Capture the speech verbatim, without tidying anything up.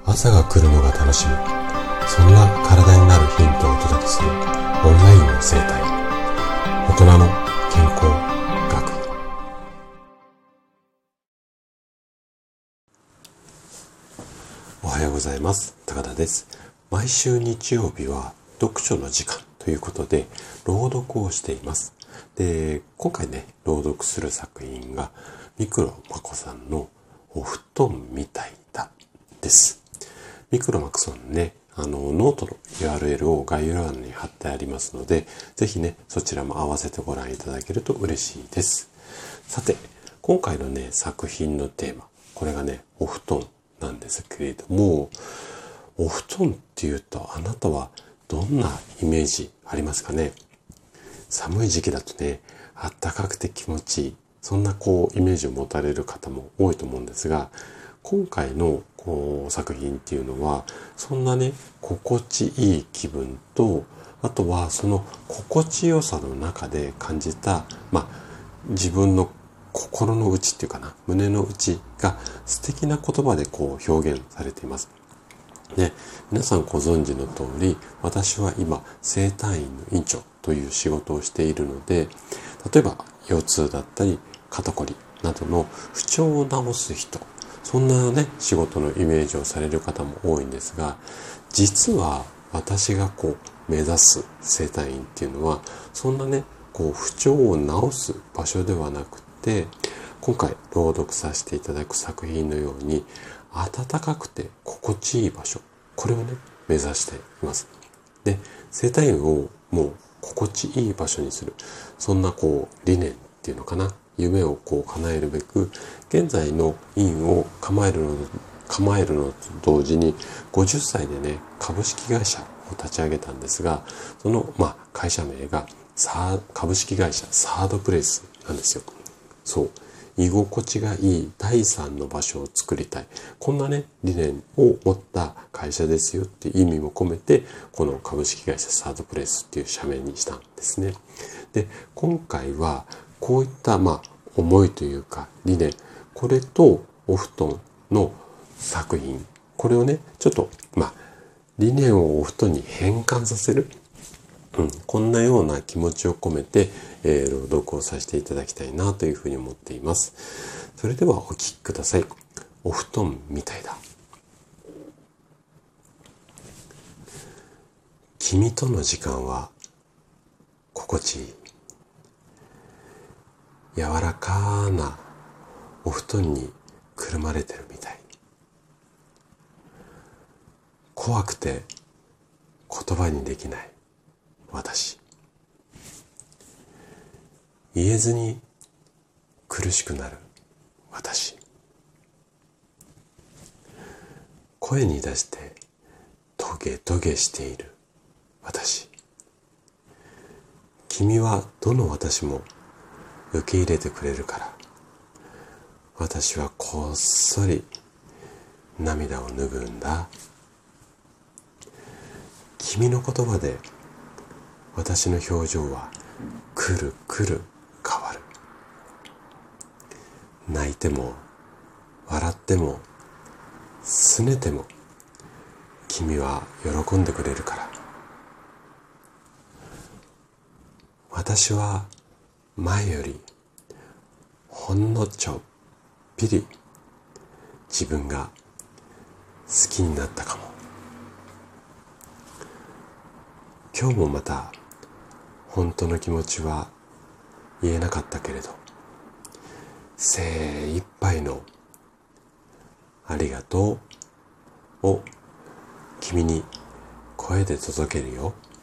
朝が来るのが楽しみ、そんな体になるヒントをお届けするオンラインの生態、大人の健康学。おはようございます。高田です。毎週日曜日は読書の時間ということで朗読をしています。で、今回ね、朗読する作品が三黒眞子さんのお布団みたいだです。三黒眞子さんね、あのノートの ユーアールエル を概要欄に貼ってありますので、ぜひね、そちらも合わせてご覧いただけると嬉しいです。さて、今回のね、作品のテーマ、これがね、お布団なんですけれども、お布団っていうと、あなたはどんなイメージありますかね。寒い時期だとね、あったかくて気持ちいい、そんなこうイメージを持たれる方も多いと思うんですが、今回のこう作品っていうのは、そんなね、心地いい気分と、あとはその心地よさの中で感じた、まあ、自分の心の内っていうかな、胸の内が素敵な言葉でこう表現されています。ね、皆さんご存知の通り、私は今整体院の院長という仕事をしているので、例えば腰痛だったり肩こりなどの不調を治す人、そんなね、仕事のイメージをされる方も多いんですが、実は私がこう目指す整体院っていうのは、そんなね、こう不調を治す場所ではなくて、今回朗読させていただく作品のように、暖かくて心地いい場所、これをね、目指しています。で、整体院をもう心地いい場所にする、そんなこう理念っていうのかな、夢をこう叶えるべく、現在の院を構えるの構えるのと同時にごじゅっさいでね、株式会社を立ち上げたんですが、そのまあ会社名がサー株式会社サードプレイスなんですよ。そう。居心地がいい第三の場所を作りたい。こんなね、理念を持った会社ですよっていう意味も込めて、この株式会社サードプレイスっていう社名にしたんですね。で、今回はこういったまあ思いというか理念、これとお布団の作品、これをね、ちょっとまあ理念をお布団に変換させる。うん、こんなような気持ちを込めて、えー、朗読をさせていただきたいなというふうに思っています。それではお聞きください。お布団みたいだ。君との時間は心地いい。柔らかなお布団にくるまれてるみたい。怖くて言葉にできない私。言えずに苦しくなる私。声に出してトゲトゲしている私。君はどの私も受け入れてくれるから、私はこっそり涙を拭うんだ。君の言葉で私の表情はくるくる変わる。泣いても笑っても拗ねても君は喜んでくれるから。私は前よりほんのちょっぴり自分が好きになったかも。今日もまた本当の気持ちは言えなかったけれど、精一杯のありがとうを君に声で届けるよ。